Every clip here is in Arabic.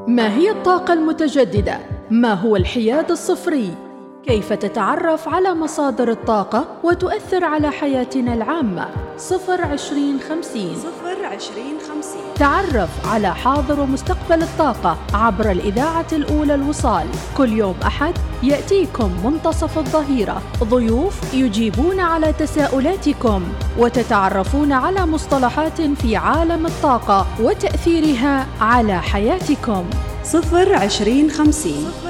ما هي الطاقة المتجددة؟ ما هو الحياد الصفري؟ كيف تتعرف على مصادر الطاقة وتؤثر على حياتنا العامة؟ 02050 تعرف على حاضر ومستقبل الطاقة عبر الإذاعة الأولى الوصال. كل يوم أحد يأتيكم منتصف الظهيرة ضيوف يجيبون على تساؤلاتكم وتتعرفون على مصطلحات في عالم الطاقة وتأثيرها على حياتكم. 02050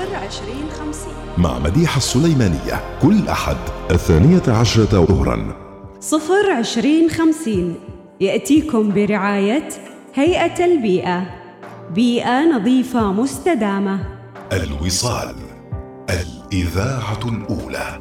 مع مديحة السليمانية كل أحد 12 ظهرا. 02050 يأتيكم برعاية هيئة البيئة، بيئة نظيفة مستدامة. الوصال، الإذاعة الأولى.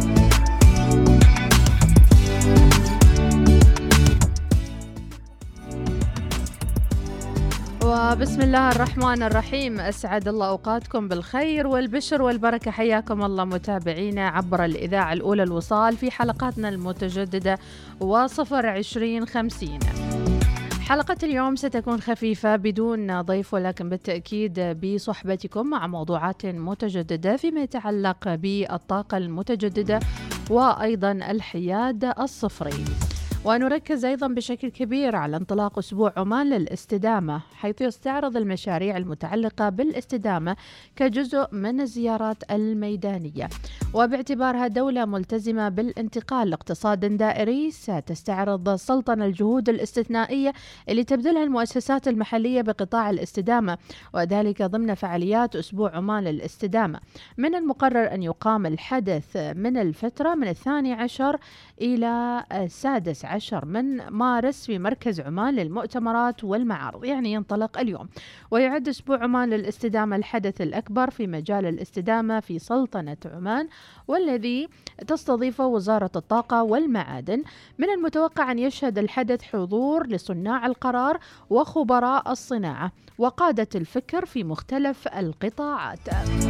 وبسم الله الرحمن الرحيم، أسعد الله أوقاتكم بالخير والبشر والبركة. حياكم الله متابعينا عبر الإذاعة الأولى الوصال في حلقاتنا المتجددة و02050. حلقة اليوم ستكون خفيفة بدون ضيف، ولكن بالتأكيد بصحبتكم مع موضوعات متجددة فيما يتعلق بالطاقة المتجددة وأيضا الحياد الصفري. ونركز أيضا بشكل كبير على انطلاق أسبوع عمان للاستدامة، حيث يستعرض المشاريع المتعلقة بالاستدامة كجزء من الزيارات الميدانية. وباعتبارها دولة ملتزمة بالانتقال لاقتصاد دائري، ستستعرض سلطنة الجهود الاستثنائية اللي تبذلها المؤسسات المحلية بقطاع الاستدامة، وذلك ضمن فعاليات أسبوع عمان للاستدامة. من المقرر أن يقام الحدث من الفترة من 12 إلى 16 من مارس في مركز عمان للمؤتمرات والمعارض، يعني ينطلق اليوم. ويعد أسبوع عمان للاستدامة الحدث الأكبر في مجال الاستدامة في سلطنة عمان، والذي تستضيفه وزارة الطاقة والمعادن. من المتوقع أن يشهد الحدث حضور لصناع القرار وخبراء الصناعة وقادة الفكر في مختلف القطاعات.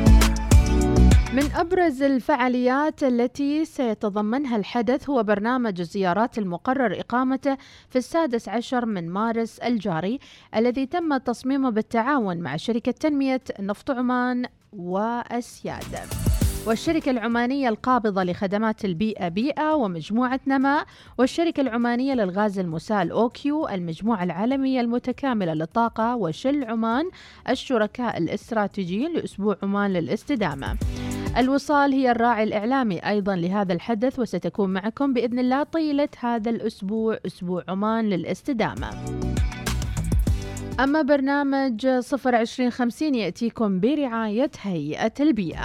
من أبرز الفعاليات التي سيتضمنها الحدث هو برنامج الزيارات المقرر إقامته في 16 من مارس الجاري، الذي تم تصميمه بالتعاون مع شركة تنمية نفط عمان وأسياد، والشركة العمانية القابضة لخدمات البيئة بيئة، ومجموعة نماء، والشركة العمانية للغاز المسال أوكيو، المجموعة العالمية المتكاملة للطاقة، وشل عمان، الشركاء الاستراتيجيين لأسبوع عمان للاستدامة. الوصال هي الراعي الإعلامي أيضا لهذا الحدث، وستكون معكم بإذن الله طيلة هذا الأسبوع، أسبوع عمان للاستدامة. أما برنامج 02050 يأتيكم برعاية هيئة البيئة.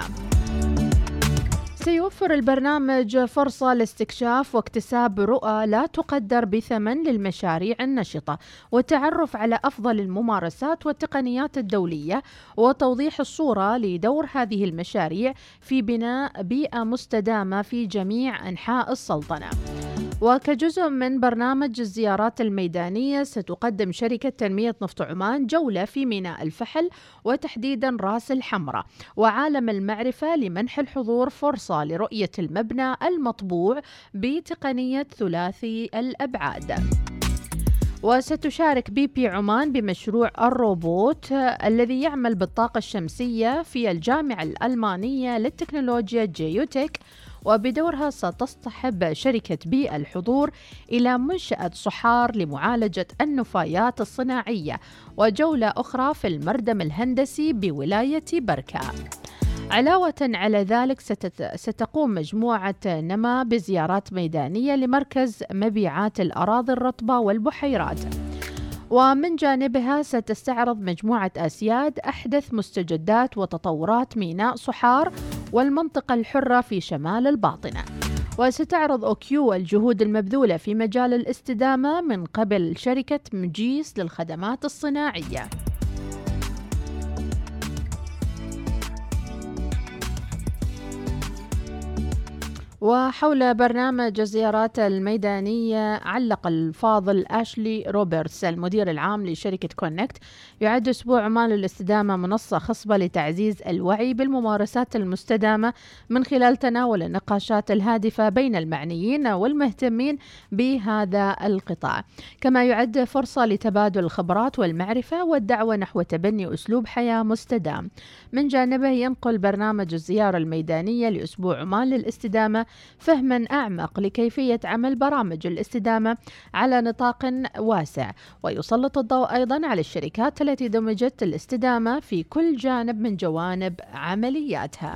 سيوفر البرنامج فرصة لاستكشاف واكتساب رؤى لا تقدر بثمن للمشاريع النشطة، والتعرف على أفضل الممارسات والتقنيات الدولية، وتوضيح الصورة لدور هذه المشاريع في بناء بيئة مستدامة في جميع أنحاء السلطنة. وكجزء من برنامج الزيارات الميدانية، ستقدم شركة تنمية نفط عمان جولة في ميناء الفحل، وتحديدا راس الحمراء وعالم المعرفة، لمنح الحضور فرصة لرؤية المبنى المطبوع بتقنية ثلاثي الأبعاد. وستشارك BP عمان بمشروع الروبوت الذي يعمل بالطاقة الشمسية في الجامعة الألمانية للتكنولوجيا جيوتك، وبدورها ستصطحب شركة بي الحضور إلى منشأة صحار لمعالجة النفايات الصناعية، وجولة أخرى في المردم الهندسي بولاية بركة. علاوة على ذلك ستقوم مجموعة نما بزيارات ميدانية لمركز مبيعات الأراضي الرطبة والبحيرات. ومن جانبها ستستعرض مجموعة أسياد أحدث مستجدات وتطورات ميناء صحار والمنطقة الحرة في شمال الباطنة. وستعرض أوكيو الجهود المبذولة في مجال الاستدامة من قبل شركة مجيس للخدمات الصناعية. وحول برنامج الزيارات الميدانية، علق الفاضل آشلي روبرتس المدير العام لشركة كونكت: يعد أسبوع عمان للاستدامة منصة خصبة لتعزيز الوعي بالممارسات المستدامة من خلال تناول النقاشات الهادفة بين المعنيين والمهتمين بهذا القطاع، كما يعد فرصة لتبادل الخبرات والمعرفة والدعوة نحو تبني أسلوب حياة مستدام. من جانبه ينقل برنامج الزيارة الميدانية لأسبوع عمان للاستدامة فهما أعمق لكيفية عمل برامج الاستدامة على نطاق واسع، ويسلط الضوء أيضا على الشركات التي دمجت الاستدامة في كل جانب من جوانب عملياتها،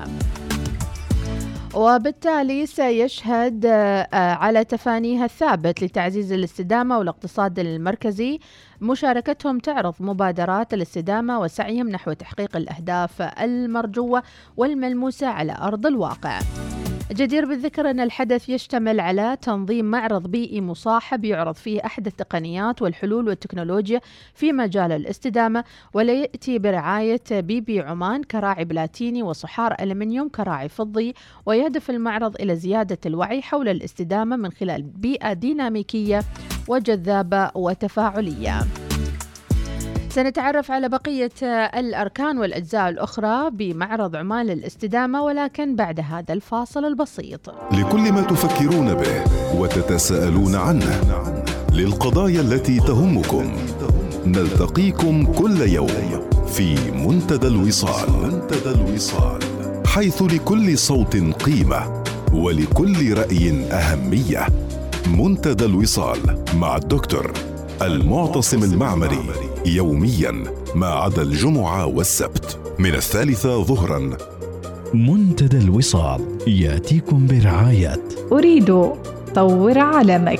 وبالتالي سيشهد على تفانيها الثابت لتعزيز الاستدامة والاقتصاد المركزي. مشاركتهم تعرض مبادرات الاستدامة وسعيهم نحو تحقيق الأهداف المرجوة والملموسة على أرض الواقع. جدير بالذكر أن الحدث يشتمل على تنظيم معرض بيئي مصاحب يعرض فيه أحدث التقنيات والحلول والتكنولوجيا في مجال الاستدامة، ولا يأتي برعاية بيبي عمان كراعي بلاتيني وصحار ألمنيوم كراعي فضي، ويهدف المعرض إلى زيادة الوعي حول الاستدامة من خلال بيئة ديناميكية وجذابة وتفاعلية. سنتعرف على بقية الأركان والأجزاء الأخرى بمعرض عمان للاستدامة، ولكن بعد هذا الفاصل البسيط. لكل ما تفكرون به وتتساءلون عنه، للقضايا التي تهمكم، نلتقيكم كل يوم في منتدى الوصال، حيث لكل صوت قيمة ولكل رأي أهمية. منتدى الوصال مع الدكتور المعتصم المعمري، يوميا ما عدا الجمعة والسبت من 3 ظهرا. منتدى الوصال يأتيكم برعاية أريد طور عالمك.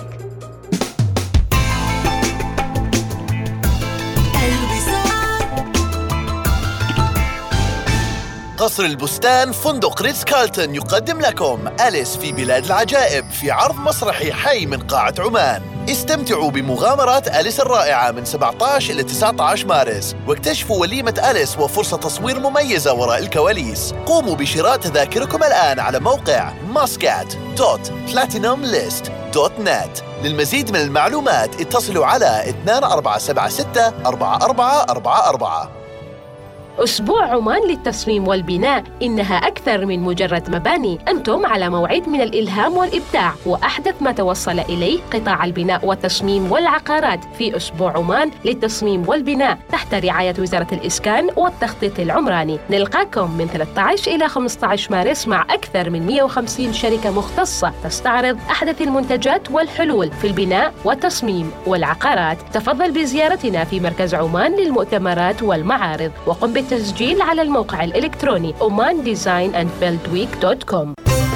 قصر البستان فندق ريتز كارلتون يقدم لكم أليس في بلاد العجائب في عرض مسرحي حي من قاعة عمان. استمتعوا بمغامرات أليس الرائعة من 17 إلى 19 مارس، واكتشفوا وليمة أليس وفرصة تصوير مميزة وراء الكواليس. قوموا بشراء تذاكركم الآن على موقع muscat.platinumlist.net. للمزيد من المعلومات اتصلوا على 2476 4444. أسبوع عمان للتصميم والبناء، إنها أكثر من مجرد مباني. أنتم على موعد من الإلهام والإبداع وأحدث ما توصل إليه قطاع البناء والتصميم والعقارات في أسبوع عمان للتصميم والبناء تحت رعاية وزارة الإسكان والتخطيط العمراني. نلقاكم من 13 إلى 15 مارس مع أكثر من 150 شركة مختصة تستعرض أحدث المنتجات والحلول في البناء والتصميم والعقارات. تفضل بزيارتنا في مركز عمان للمؤتمرات والمعارض، وقم بالتسجيل على الموقع الإلكتروني omandesignandbuildweek.com.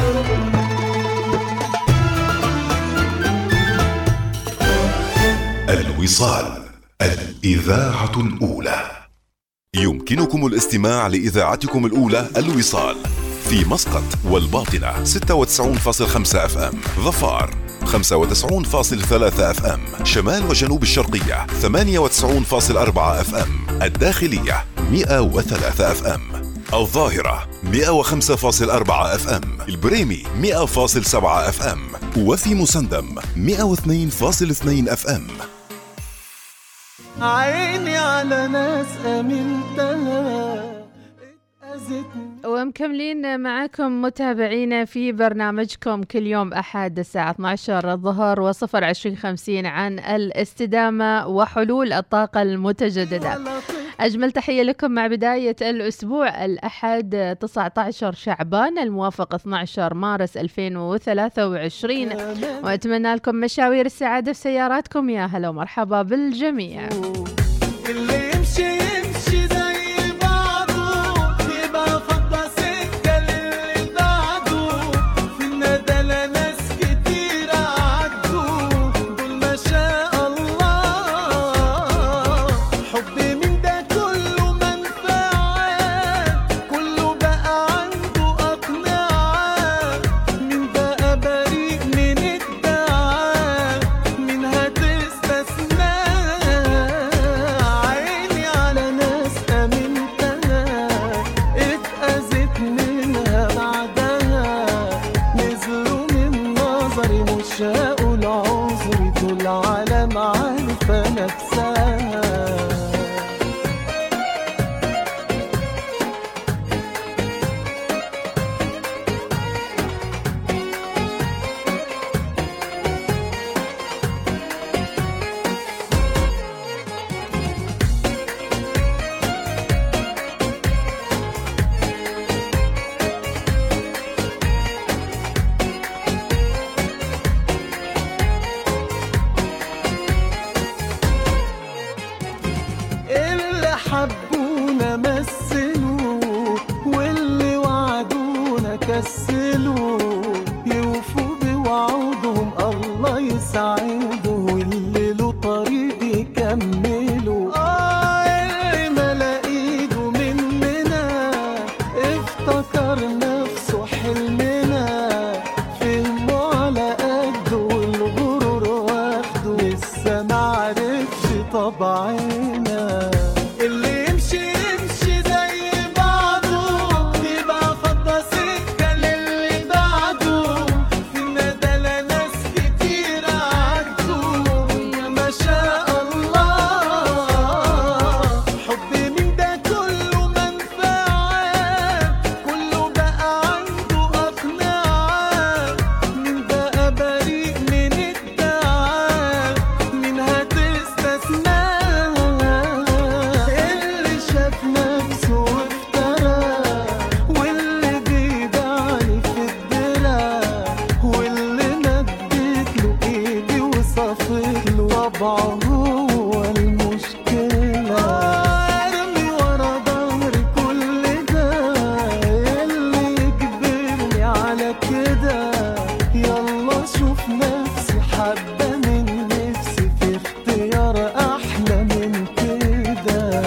الوصال، الإذاعة الأولى. يمكنكم الاستماع لإذاعتكم الأولى الوصال في مسقط والباطنة 96.5 FM، ظفار 95.3 FM، شمال وجنوب الشرقية 98.4 FM، الداخلية 103 FM، الظاهرة 105.4 FM، البريمي 100.7 FM، وفي مسندم 102.2 FM. عيني على ناس أمنتها. ومكملين معكم متابعينا في برنامجكم كل يوم أحد الساعة 12 الظهر و0:20 عن الاستدامة وحلول الطاقة المتجددة. أجمل تحية لكم مع بداية الأسبوع الأحد 19 شعبان الموافق 12 مارس 2023، وأتمنى لكم مشاوير السعادة في سياراتكم. يا هلا ومرحبا بالجميع. اللي يمشي يمشي زي بعضه، يبقى فضة سكة للي بعده. في الندى ناس كتير عدوا، دول ما شاء الله. حب من ده كله منفعة، كله بقى عنده أقنعة. من بقى بريء من الدعاء، من هتستثنى. يمثلوا يوفوا بوعودهم الله يسعدهم واللي له طريق يكملوا اللي ملا ايده مننا افتكر نفسه حلمنا فهمه على قده والغرور واخده لسه معرفش طبعنا اللي يمشي زي بعضه يبقى فضى سكة للي بعده في الندى ناس كتير عدوا ما شاء الله حبي من ده كله منفعة كله بقى عنده أقنعة من بقى بريء من الدعاء من هتستثنى اللي شاف نفسه وافترى واللي بيدعني في الدرع واللي مدت له ايدي وصفت له طبعه هو المشكلة ارمي ورا ظهري كل ده اللي يجبرني على كده يلا شوف نفسي حبة من نفسي في اختيار احلى من كده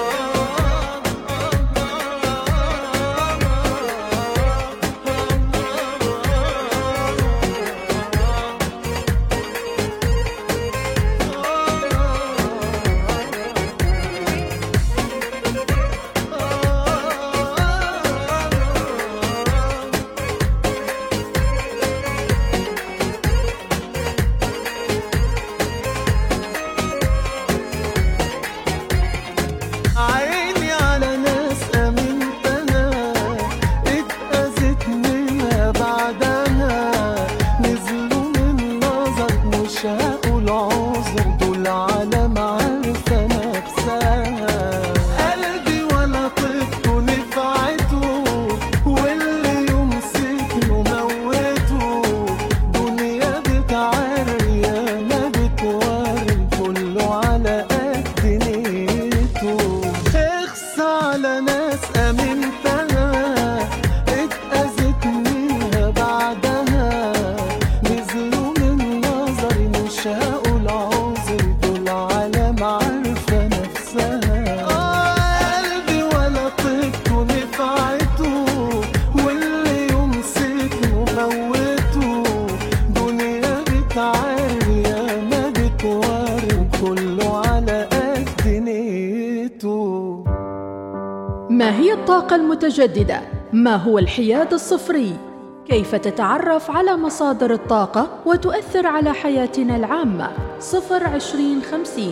عيني على ناس امنتها اتأذت منها بعدها نزلوا من نظر مش هقول عذر دول عالم عارفة نفسها قلبي ولا طبته نفعته واللي يمسكنه موته دنيا بتعري انا بتوري كله على قد نيته اخص على ناس امنتها اتأذت منها بعدها نزلوا من نظري مش هقول عذر دول عالم عارفة نفسها قلبي ولا طبته نفعته واللي يمسكنه موته دنيا بتعري انا بتوري كله على قد نيته ما هي الطاقة المتجددة؟ ما هو الحياد الصفري؟ كيف تتعرف على مصادر الطاقة وتؤثر على حياتنا العامة؟ 02050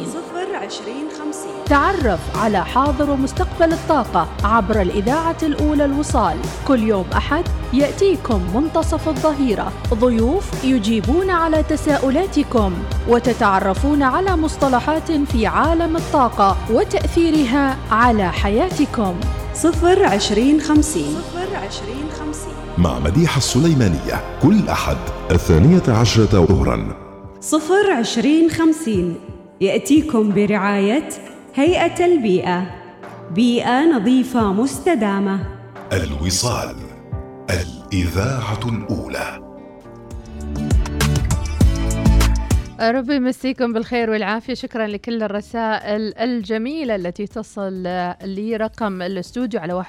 تعرف على حاضر ومستقبل الطاقة عبر الإذاعة الأولى الوصال. كل يوم أحد يأتيكم منتصف الظهيرة ضيوف يجيبون على تساؤلاتكم وتتعرفون على مصطلحات في عالم الطاقة وتأثيرها على حياتكم. 02050 مع مديحة السليمانية كل أحد 12 ظهرا. 02050 يأتيكم برعاية هيئة البيئة، بيئة نظيفة مستدامة. الوصال، الإذاعة الأولى. ربي يمسيكم بالخير والعافية. شكرا لكل الرسائل الجميلة التي تصل لرقم الاستوديو على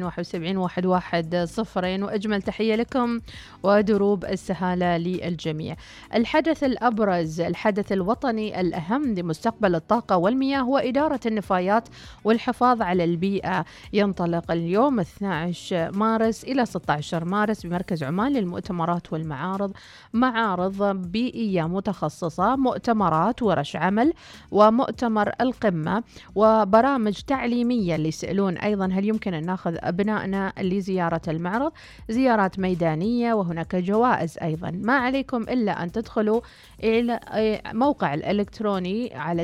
71 وأجمل تحية لكم ودروب السهالة للجميع. الحدث الأبرز، الحدث الوطني الأهم لمستقبل الطاقة والمياه وإدارة النفايات والحفاظ على البيئة، ينطلق اليوم 12 مارس إلى 16 مارس بمركز عمان للمؤتمرات والمعارض، معارض بيئية متخصصة، مؤتمرات، ورش عمل، ومؤتمر القمة، وبرامج تعليمية اللي يسألون أيضا هل يمكن أن نأخذ أبنائنا لزيارة المعرض، زيارات ميدانية، وهناك جوائز أيضا. ما عليكم إلا أن تدخلوا إلى موقع الإلكتروني على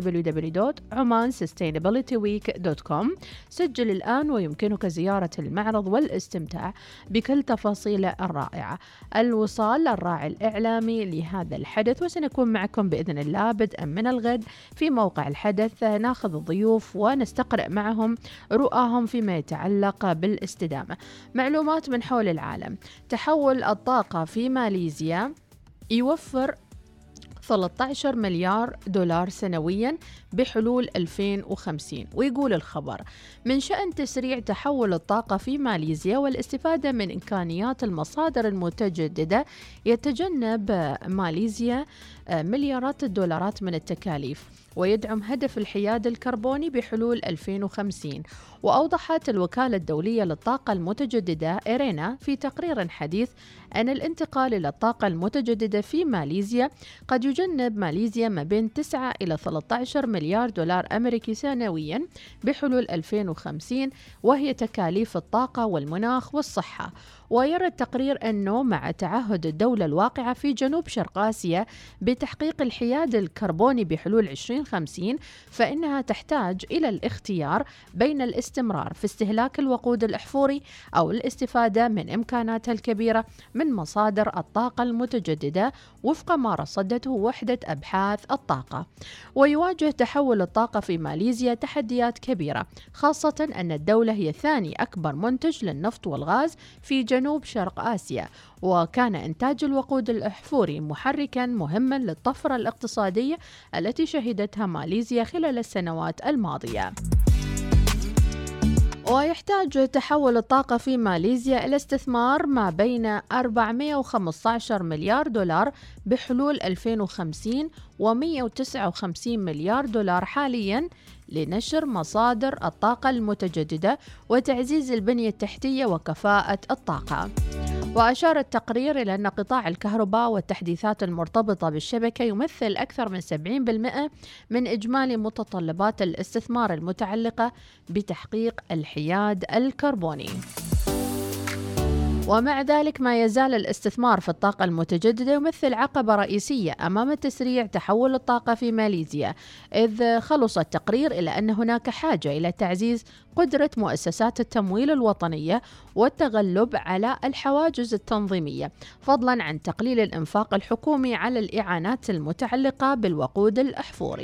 www.omansustainabilityweek.com. سجل الآن ويمكنك زيارة المعرض والاستمتاع بكل تفاصيله الرائعة. الوصال الراعي الإعلامي لهذا الحدث، وسنكون نكون معكم بإذن الله بدءا من الغد في موقع الحدث، ناخذ الضيوف ونستقرأ معهم رؤاهم فيما يتعلق بالاستدامة. معلومات من حول العالم. تحول الطاقة في ماليزيا يوفر 13 مليار دولار سنويا بحلول 2050. ويقول الخبر: من شأن تسريع تحول الطاقة في ماليزيا والاستفادة من إمكانيات المصادر المتجددة، يتجنب ماليزيا مليارات الدولارات من التكاليف، ويدعم هدف الحياد الكربوني بحلول 2050. وأوضحت الوكالة الدولية للطاقة المتجددة إيرينا في تقرير حديث أن الانتقال إلى الطاقة المتجددة في ماليزيا قد يجنب ماليزيا ما بين 9 إلى 13 مليار دولار أمريكي سنويا بحلول 2050، وهي تكاليف الطاقة والمناخ والصحة. ويرى التقرير أنه مع تعهد الدولة الواقعة في جنوب شرق آسيا بتحقيق الحياد الكربوني بحلول 2050، فإنها تحتاج إلى الاختيار بين الاستمرار في استهلاك الوقود الأحفوري أو الاستفادة من إمكاناتها الكبيرة من مصادر الطاقة المتجددة وفق ما رصدته وحدة أبحاث الطاقة. ويواجه تحول الطاقة في ماليزيا تحديات كبيرة، خاصة أن الدولة هي ثاني أكبر منتج للنفط والغاز في جنوب شرق آسيا، وكان إنتاج الوقود الأحفوري محركاً مهماً للطفرة الاقتصادية التي شهدتها ماليزيا خلال السنوات الماضية. ويحتاج تحول الطاقة في ماليزيا إلى استثمار ما بين 415 مليار دولار بحلول 2050 و159 مليار دولار حالياً لنشر مصادر الطاقة المتجددة وتعزيز البنية التحتية وكفاءة الطاقة. وأشار التقرير إلى أن قطاع الكهرباء والتحديثات المرتبطة بالشبكة يمثل أكثر من 70% من إجمالي متطلبات الاستثمار المتعلقة بتحقيق الحياد الكربوني. ومع ذلك ما يزال الاستثمار في الطاقة المتجددة يمثل عقبة رئيسية أمام تسريع تحول الطاقة في ماليزيا، إذ خلص التقرير إلى أن هناك حاجة إلى تعزيز قدرة مؤسسات التمويل الوطنية والتغلب على الحواجز التنظيمية، فضلا عن تقليل الإنفاق الحكومي على الإعانات المتعلقة بالوقود الأحفوري.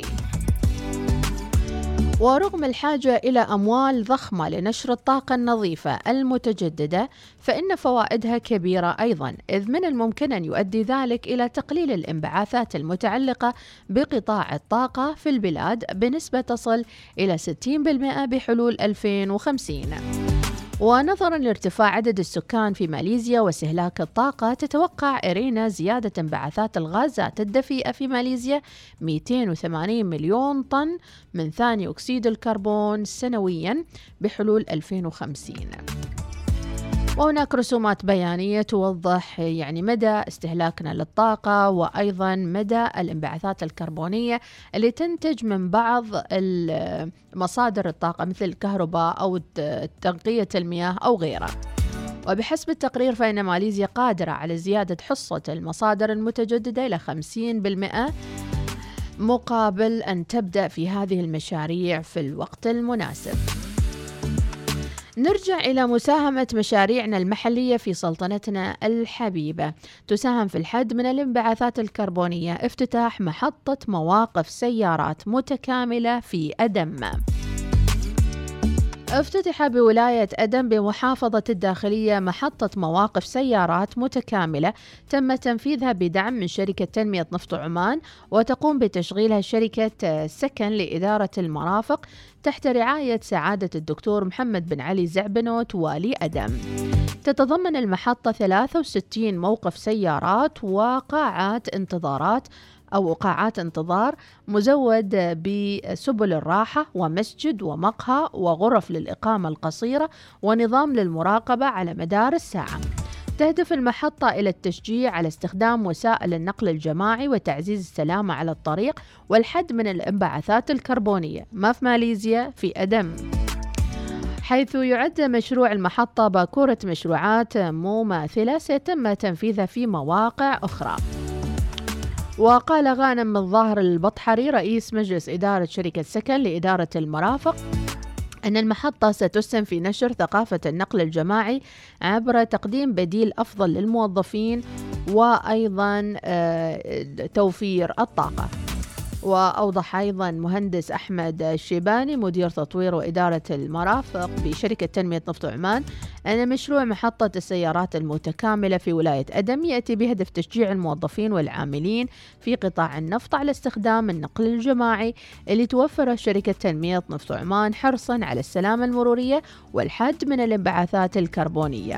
ورغم الحاجة إلى أموال ضخمة لنشر الطاقة النظيفة المتجددة، فإن فوائدها كبيرة أيضا، إذ من الممكن أن يؤدي ذلك إلى تقليل الانبعاثات المتعلقة بقطاع الطاقة في البلاد بنسبة تصل إلى 60% بحلول 2050. ونظرا لارتفاع عدد السكان في ماليزيا واستهلاك الطاقة، تتوقع إيرينا زيادة انبعاثات الغازات الدفيئة في ماليزيا 280 مليون طن من ثاني أكسيد الكربون سنويا بحلول 2050. وهناك رسومات بيانية توضح مدى استهلاكنا للطاقة، وأيضا مدى الانبعاثات الكربونية اللي تنتج من بعض مصادر الطاقة مثل الكهرباء أو تنقية المياه أو غيرها. وبحسب التقرير فإن ماليزيا قادرة على زيادة حصة المصادر المتجددة إلى 50% مقابل أن تبدأ في هذه المشاريع في الوقت المناسب. نرجع إلى مساهمة مشاريعنا المحلية في سلطنتنا الحبيبة. تساهم في الحد من الانبعاثات الكربونية افتتاح محطة مواقف سيارات متكاملة في أدم. افتتح بولاية أدم بمحافظة الداخلية محطة مواقف سيارات متكاملة تم تنفيذها بدعم من شركة تنمية نفط عمان، وتقوم بتشغيلها شركة سكن لإدارة المرافق تحت رعاية سعادة الدكتور محمد بن علي زعبنوت والي أدم. تتضمن المحطة 63 موقف سيارات وقاعات انتظار مزود بسبل الراحة ومسجد ومقهى وغرف للإقامة القصيرة ونظام للمراقبة على مدار الساعة. تهدف المحطة إلى التشجيع على استخدام وسائل النقل الجماعي وتعزيز السلامة على الطريق والحد من الانبعاثات الكربونية، ما في ماليزيا في أدم، حيث يعد مشروع المحطة باكورة مشروعات مماثلة سيتم تنفيذها في مواقع أخرى. وقال غانم الظاهر البطحري رئيس مجلس إدارة شركة سكن لإدارة المرافق أن المحطة ستسهم في نشر ثقافة النقل الجماعي عبر تقديم بديل أفضل للموظفين وأيضا توفير الطاقة. وأوضح أيضا مهندس أحمد الشيباني مدير تطوير وإدارة المرافق بشركة تنمية نفط عمان أن مشروع محطة السيارات المتكاملة في ولاية أدم يأتي بهدف تشجيع الموظفين والعاملين في قطاع النفط على استخدام النقل الجماعي اللي توفره شركة تنمية نفط عمان حرصا على السلامة المرورية والحد من الانبعاثات الكربونية.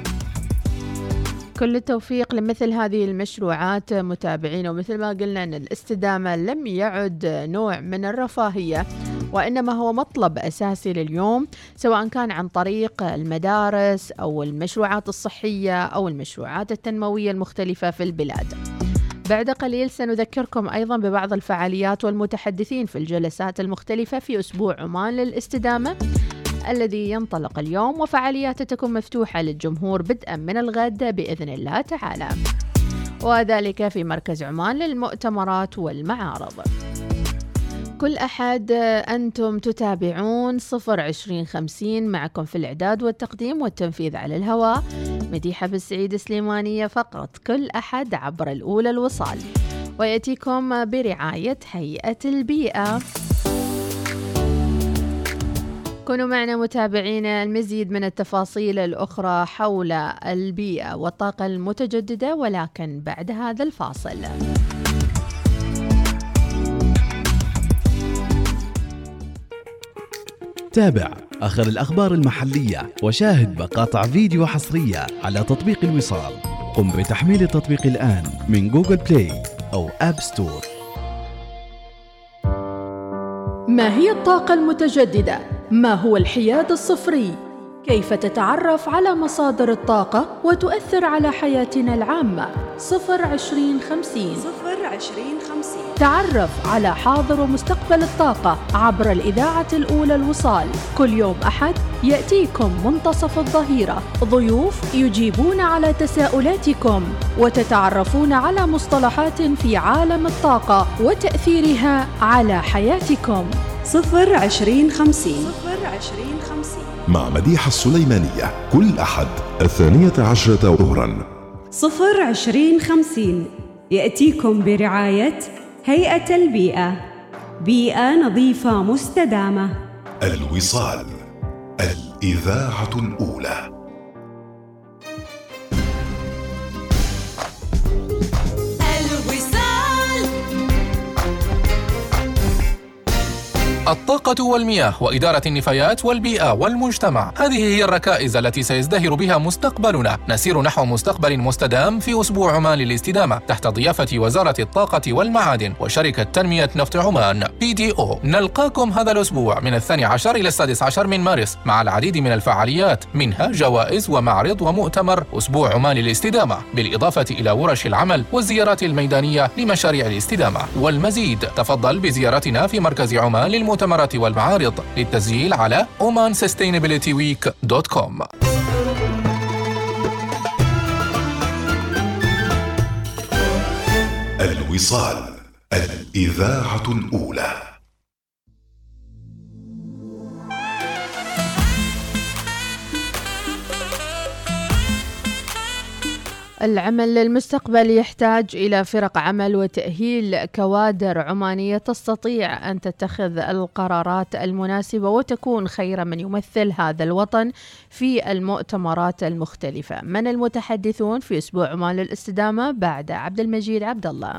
كل التوفيق لمثل هذه المشروعات متابعين. ومثل ما قلنا أن الاستدامة لم يعد نوع من الرفاهية وإنما هو مطلب أساسي لليوم، سواء كان عن طريق المدارس أو المشروعات الصحية أو المشروعات التنموية المختلفة في البلاد. بعد قليل سنذكركم أيضا ببعض الفعاليات والمتحدثين في الجلسات المختلفة في أسبوع عمان للاستدامة الذي ينطلق اليوم، وفعالياته تكون مفتوحة للجمهور بدءا من الغد بإذن الله تعالى، وذلك في مركز عمان للمؤتمرات والمعارض. كل أحد أنتم تتابعون 02050 معكم في الإعداد والتقديم والتنفيذ على الهواء مديحة بالسعيد سليمانية فقط، كل أحد عبر الأولى الوصال، ويأتيكم برعاية هيئة البيئة. كونوا معنا متابعين المزيد من التفاصيل الأخرى حول البيئة والطاقة المتجددة، ولكن بعد هذا الفاصل. تابع آخر الأخبار المحلية وشاهد مقاطع فيديو حصرية على تطبيق الوصال. قم بتحميل التطبيق الآن من جوجل بلاي أو آب ستور. ما هي الطاقة المتجددة؟ ما هو الحياد الصفري؟ كيف تتعرف على مصادر الطاقة وتؤثر على حياتنا العامة؟ 02050 تعرف على حاضر ومستقبل الطاقة عبر الإذاعة الأولى الوصال. كل يوم أحد يأتيكم منتصف الظهيرة ضيوف يجيبون على تساؤلاتكم وتتعرفون على مصطلحات في عالم الطاقة وتأثيرها على حياتكم. 02050 مع مديحة السليمانية كل أحد 12 ظهرا. 02050 يأتيكم برعاية هيئة البيئة، بيئة نظيفة مستدامة. الوصال، الإذاعة الأولى. الطاقة والمياه وإدارة النفايات والبيئة والمجتمع، هذه هي الركائز التي سيزدهر بها مستقبلنا. نسير نحو مستقبل مستدام في أسبوع عمان للاستدامة تحت ضيافة وزارة الطاقة والمعادن وشركة تنمية نفط عمان PDO. نلقاكم هذا الأسبوع من 12 إلى 16 من مارس مع العديد من الفعاليات، منها جوائز ومعرض ومؤتمر أسبوع عمان للاستدامة، بالإضافة إلى ورش العمل والزيارات الميدانية لمشاريع الاستدامة. والمزيد تفضل بزيارتنا في مركز عمان للمؤتمرات والمعارض. للتسجيل على omansustainabilityweek.com. الوصال، الإذاعة الأولى. العمل للمستقبل يحتاج إلى فرق عمل وتأهيل كوادر عمانية تستطيع أن تتخذ القرارات المناسبة وتكون خير من يمثل هذا الوطن في المؤتمرات المختلفة. من المتحدثون في أسبوع عمان للاستدامة بعد عبد المجيد عبد الله.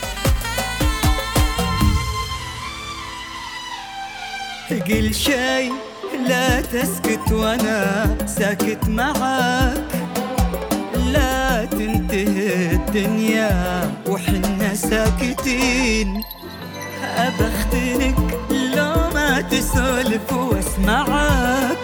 قل شي لا تسكت وانا ساكت معاك، لا تنتهي الدنيا وحنا ساكتين. أبختنك لو ما تسولف واسمعك،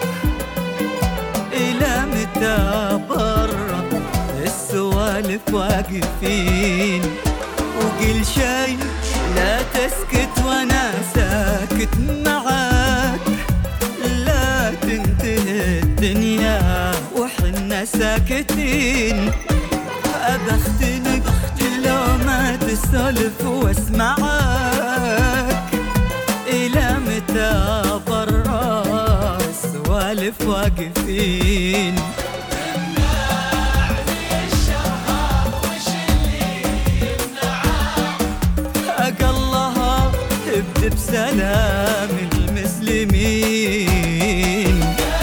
إلى متى برا السوالف واقفين. وقل شي لا تسكت وانا ساكت معاك، لا تنتهي الدنيا وحنا ساكتين. أبختنك لو ما تسولف واسمعك، إلى متى برا السوالف واقفين. منعني الشراب وش يهدي بسلام المسلمين.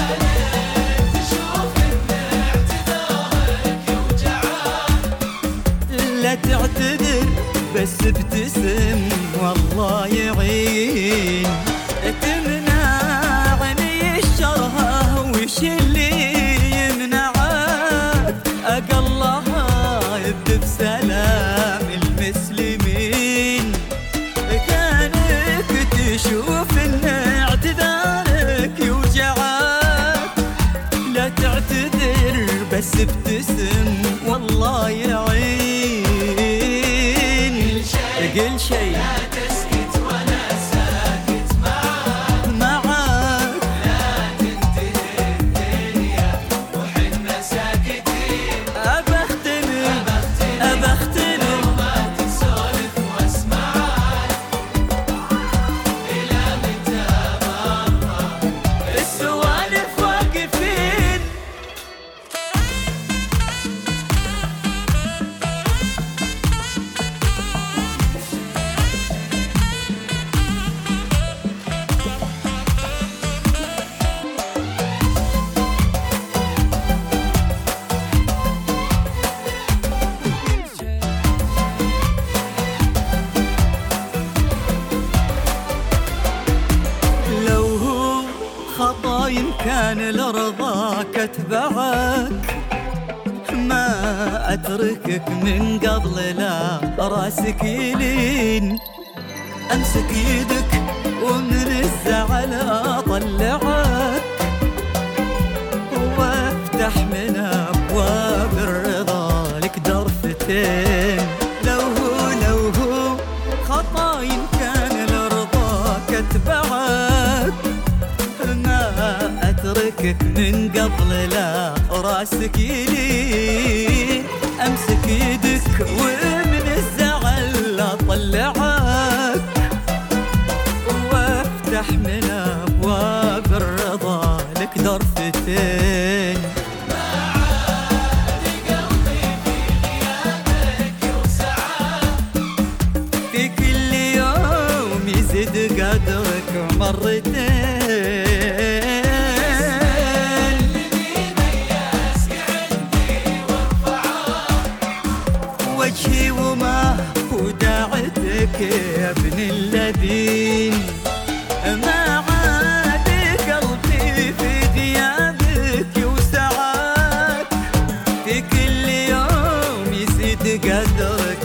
تشوف ان اعتذارك يوجعك، لا تعتذر بس ابتسم والله يعين. تمنعني الشرها وش اللي يمنعك، أقلها يبدي بسلام المسلمين. كانك تشوف ان اعتذارك يوجعك، لا تعتذر بس ابتسم والله يعين. قل شي لا تسكت ولا ساكت معاك، لا تنتهي الدنيا وحنا ساكتين. أبختنك وما تسولف واسمعك، إلى متى برا السوالف واقفين. لو هو خطا يمكن لرضاك اتبعك، ما اتركك من قبل لا راسك يلين. امسك يدك ومن الزعل اطلعك، وافتح من ابواب الرضا لك درفتين. لو هو خطا يمكن لرضاك اتبعك، ما اتركك من قبل لا راسك يلين. امسك يدك ومن الزعل اطلعك، وافتح من ابواب الرضا لك درفتين. في كل يوم يزيد قدرك مرتين. وجهي وما وداعتك يا ابن الذين، ما عاد قلبي في غيابك يوسعك. في كل يوم يزيد قدرك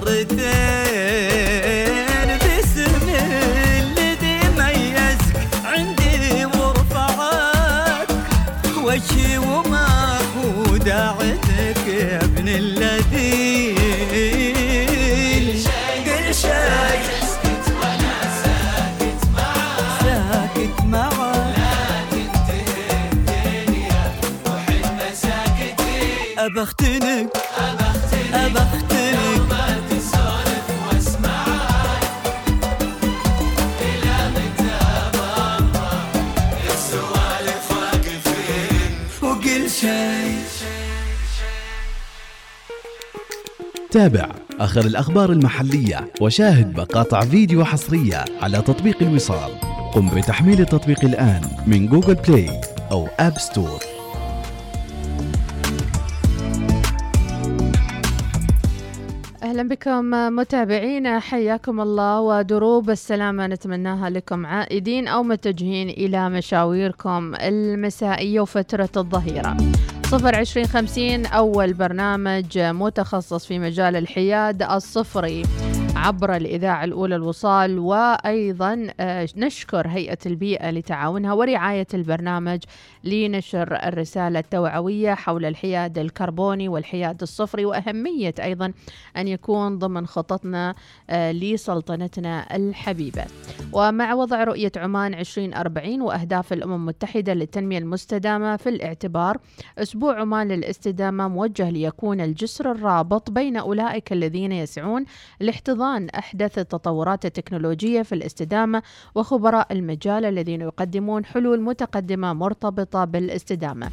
مرتين. باسم الذي ميزك عندي ورفعك، وجهي وما وداعتك يا ابن الذين. قل شي اسكت ولا ساكت معك، لا تنتهي الدنيا وحنا ساكتين. أبختنك وما تسولف واسمعك، إلى متى برا السوالف واقفين. وقل شي. تابع آخر الأخبار المحلية وشاهد مقاطع فيديو حصرية على تطبيق الوصال. قم بتحميل التطبيق الآن من جوجل بلاي أو آب ستور. أهلا بكم متابعينا، حياكم الله ودروب السلامة نتمناها لكم عائدين أو متجهين إلى مشاويركم المسائية وفترة الظهيرة. 02050 أول برنامج متخصص في مجال الحياد الصفري عبر الإذاعة الأولى الوصال. وأيضا نشكر هيئة البيئة لتعاونها ورعاية البرنامج لنشر الرسالة التوعوية حول الحياد الكربوني والحياد الصفري، وأهمية أيضا أن يكون ضمن خططنا لسلطنتنا الحبيبة. ومع وضع رؤية عمان 2040 وأهداف الأمم المتحدة للتنمية المستدامة في الاعتبار، أسبوع عمان للاستدامة موجه ليكون الجسر الرابط بين أولئك الذين يسعون لاحتضان أحدث التطورات التكنولوجية في الاستدامة وخبراء المجال الذين يقدمون حلول متقدمة مرتبطة بالاستدامة.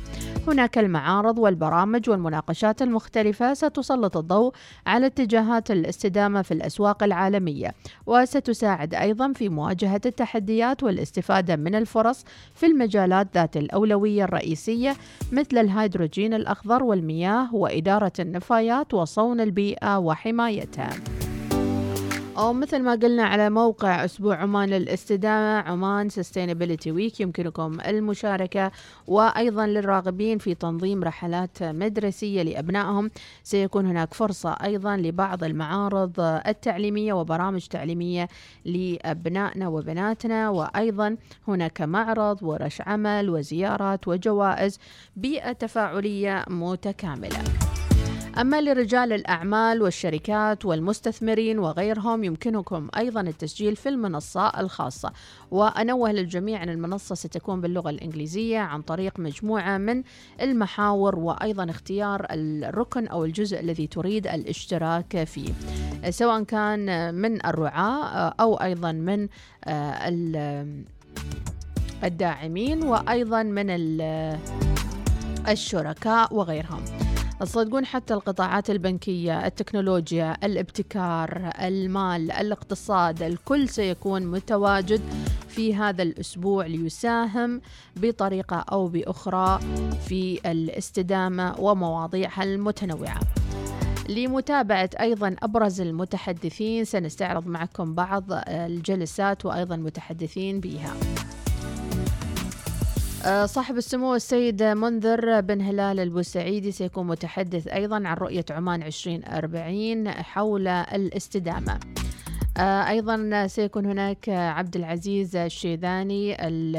هناك المعارض والبرامج والمناقشات المختلفة ستسلط الضوء على اتجاهات الاستدامة في الأسواق العالمية، وستساعد أيضا في مواجهة التحديات والاستفادة من الفرص في المجالات ذات الأولوية الرئيسية مثل الهيدروجين الأخضر والمياه وإدارة النفايات وصون البيئة وحمايتها. أو مثل ما قلنا على موقع أسبوع عمان للاستدامة عمان Sustainability Week يمكنكم المشاركة، وأيضا للراغبين في تنظيم رحلات مدرسية لأبنائهم سيكون هناك فرصة أيضا لبعض المعارض التعليمية وبرامج تعليمية لأبنائنا وبناتنا، وأيضا هناك معرض ورش عمل وزيارات وجوائز، بيئة تفاعلية متكاملة. أما لرجال الأعمال والشركات والمستثمرين وغيرهم يمكنكم أيضا التسجيل في المنصة الخاصة، وأنوه للجميع أن المنصة ستكون باللغة الإنجليزية عن طريق مجموعة من المحاور، وأيضا اختيار الركن أو الجزء الذي تريد الاشتراك فيه، سواء كان من الرعاة أو أيضا من الداعمين وأيضا من الشركاء وغيرهم. تصدقون حتى القطاعات البنكية، التكنولوجيا، الابتكار، المال، الاقتصاد، الكل سيكون متواجد في هذا الأسبوع ليساهم بطريقة أو بأخرى في الاستدامة ومواضيعها المتنوعة. لمتابعة أيضا أبرز المتحدثين سنستعرض معكم بعض الجلسات وأيضا متحدثين بها. صاحب السمو السيد منذر بن هلال البوسعيدي سيكون متحدث أيضا عن رؤية عمان 2040 حول الاستدامة. أيضا سيكون هناك عبد العزيز الشيداني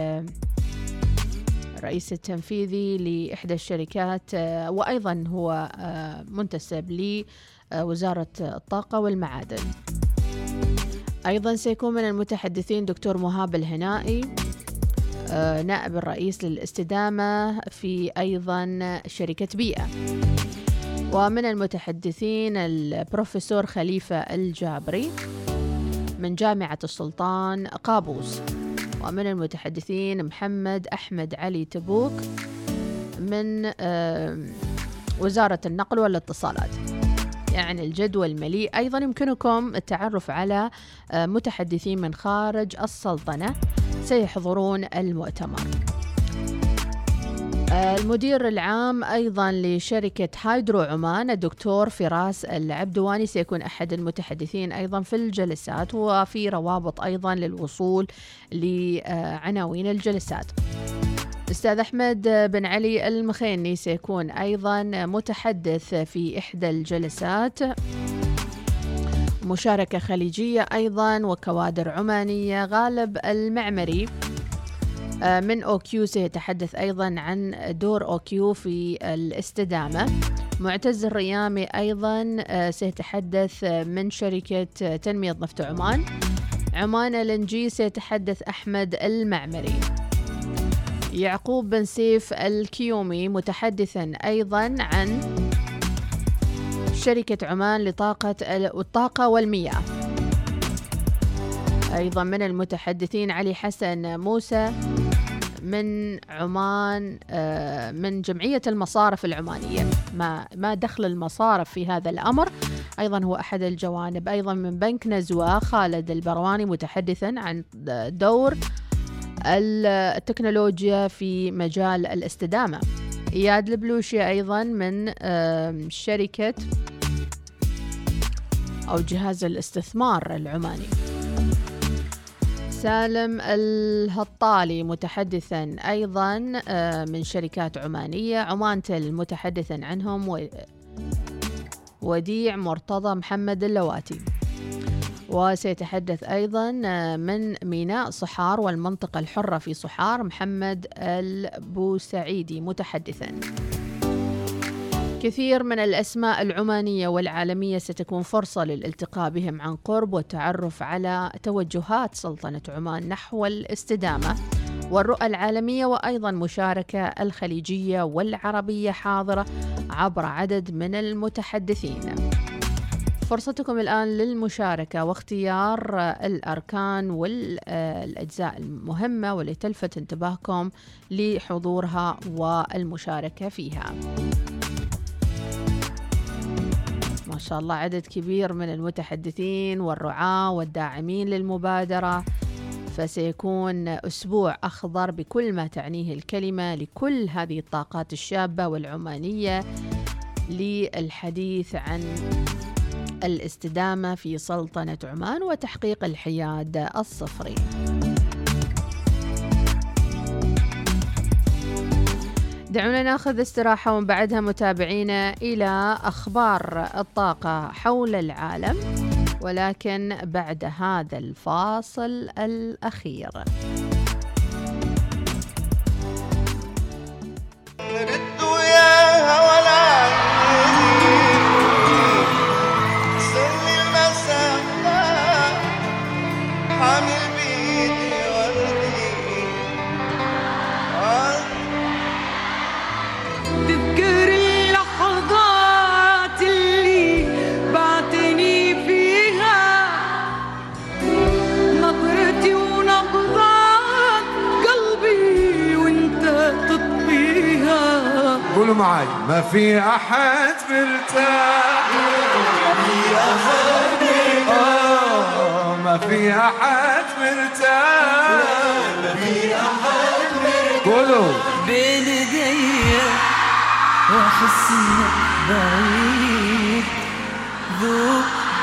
الرئيس التنفيذي لإحدى الشركات، وأيضا هو منتسب لوزارة الطاقة والمعادن. أيضا سيكون من المتحدثين دكتور مهاب الهنائي نائب الرئيس للاستدامة في أيضا شركة بيئة. ومن المتحدثين البروفيسور خليفة الجابري من جامعة السلطان قابوس. ومن المتحدثين محمد أحمد علي تبوك من وزارة النقل والاتصالات. يعني الجدول مليء. أيضا يمكنكم التعرف على متحدثين من خارج السلطنة سيحضرون المؤتمر. المدير العام أيضا لشركة هايدرو عمان الدكتور فراس العبدواني سيكون أحد المتحدثين أيضا في الجلسات، وفي روابط أيضا للوصول لعناوين الجلسات. أستاذ أحمد بن علي المخيني سيكون أيضا متحدث في إحدى الجلسات. مشاركة خليجية أيضا وكوادر عمانية. غالب المعمري من أوكيو سيتحدث أيضا عن دور أوكيو في الاستدامة. معتز الريامي أيضا سيتحدث من شركة تنمية نفط عمان. عمان LNG سيتحدث أحمد المعمري. يعقوب بن سيف الكيومي متحدثا أيضا عن شركة عمان للطاقة والمياه. أيضا من المتحدثين علي حسن موسى من عمان من جمعية المصارف العمانية. ما دخل المصارف في هذا الأمر، أيضا هو أحد الجوانب. أيضا من بنك نزوة خالد البرواني متحدثا عن دور التكنولوجيا في مجال الاستدامة. إياد البلوشي أيضا من شركة أو جهاز الاستثمار العماني. سالم الهطالي متحدثا أيضا من شركات عمانية. عمانتل متحدثا عنهم وديع مرتضى محمد اللواتي. وسيتحدث أيضا من ميناء صحار والمنطقة الحرة في صحار محمد البوسعيدي متحدثا. كثير من الأسماء العمانية والعالمية ستكون فرصة للالتقاء بهم عن قرب والتعرف على توجهات سلطنة عمان نحو الاستدامة والرؤى العالمية، وأيضا مشاركة الخليجية والعربية حاضرة عبر عدد من المتحدثين. فرصتكم الآن للمشاركة واختيار الأركان والأجزاء المهمة واللي تلفت انتباهكم لحضورها والمشاركة فيها. ما شاء الله عدد كبير من المتحدثين والرعاة والداعمين للمبادرة، فسيكون أسبوع أخضر بكل ما تعنيه الكلمة لكل هذه الطاقات الشابة والعمانية للحديث عن الاستدامة في سلطنة عمان وتحقيق الحياد الصفري. دعونا ناخذ استراحة ومن بعدها متابعينا إلى أخبار الطاقة حول العالم، ولكن بعد هذا الفاصل الأخير. قولوا معي. ما في أحد مرتاح، ما في أحد مرتاح، قولوا بين ايدي واحس انك بعيد، ذوق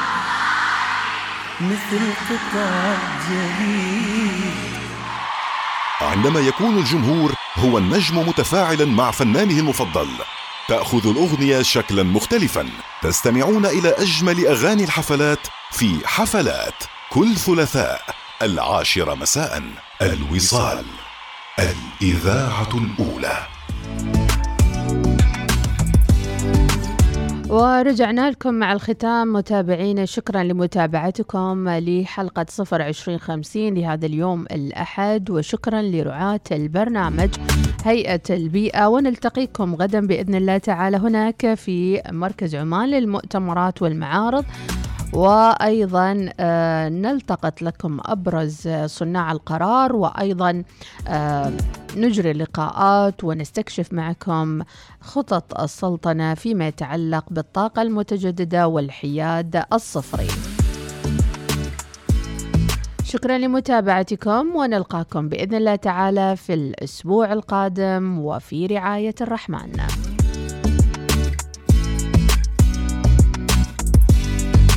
مثل قطع جديد. عندما يكون الجمهور هو النجم متفاعلا مع فنانه المفضل، تأخذ الأغنية شكلا مختلفا. تستمعون إلى أجمل أغاني الحفلات في حفلات كل ثلاثاء 10 مساء. الوصال، الإذاعة الأولى. ورجعنا لكم مع الختام متابعينا، شكرا لمتابعتكم لحلقة 02050 لهذا اليوم الأحد، وشكرا لرعاة البرنامج هيئة البيئة، ونلتقيكم غدا بإذن الله تعالى هناك في مركز عمان للمؤتمرات والمعارض، وأيضا نلتقط لكم أبرز صناع القرار، وأيضا نجري لقاءات ونستكشف معكم خطط السلطنة فيما يتعلق بالطاقة المتجددة والحياد الصفري. شكرا لمتابعتكم، ونلقاكم بإذن الله تعالى في الأسبوع القادم وفي رعاية الرحمن.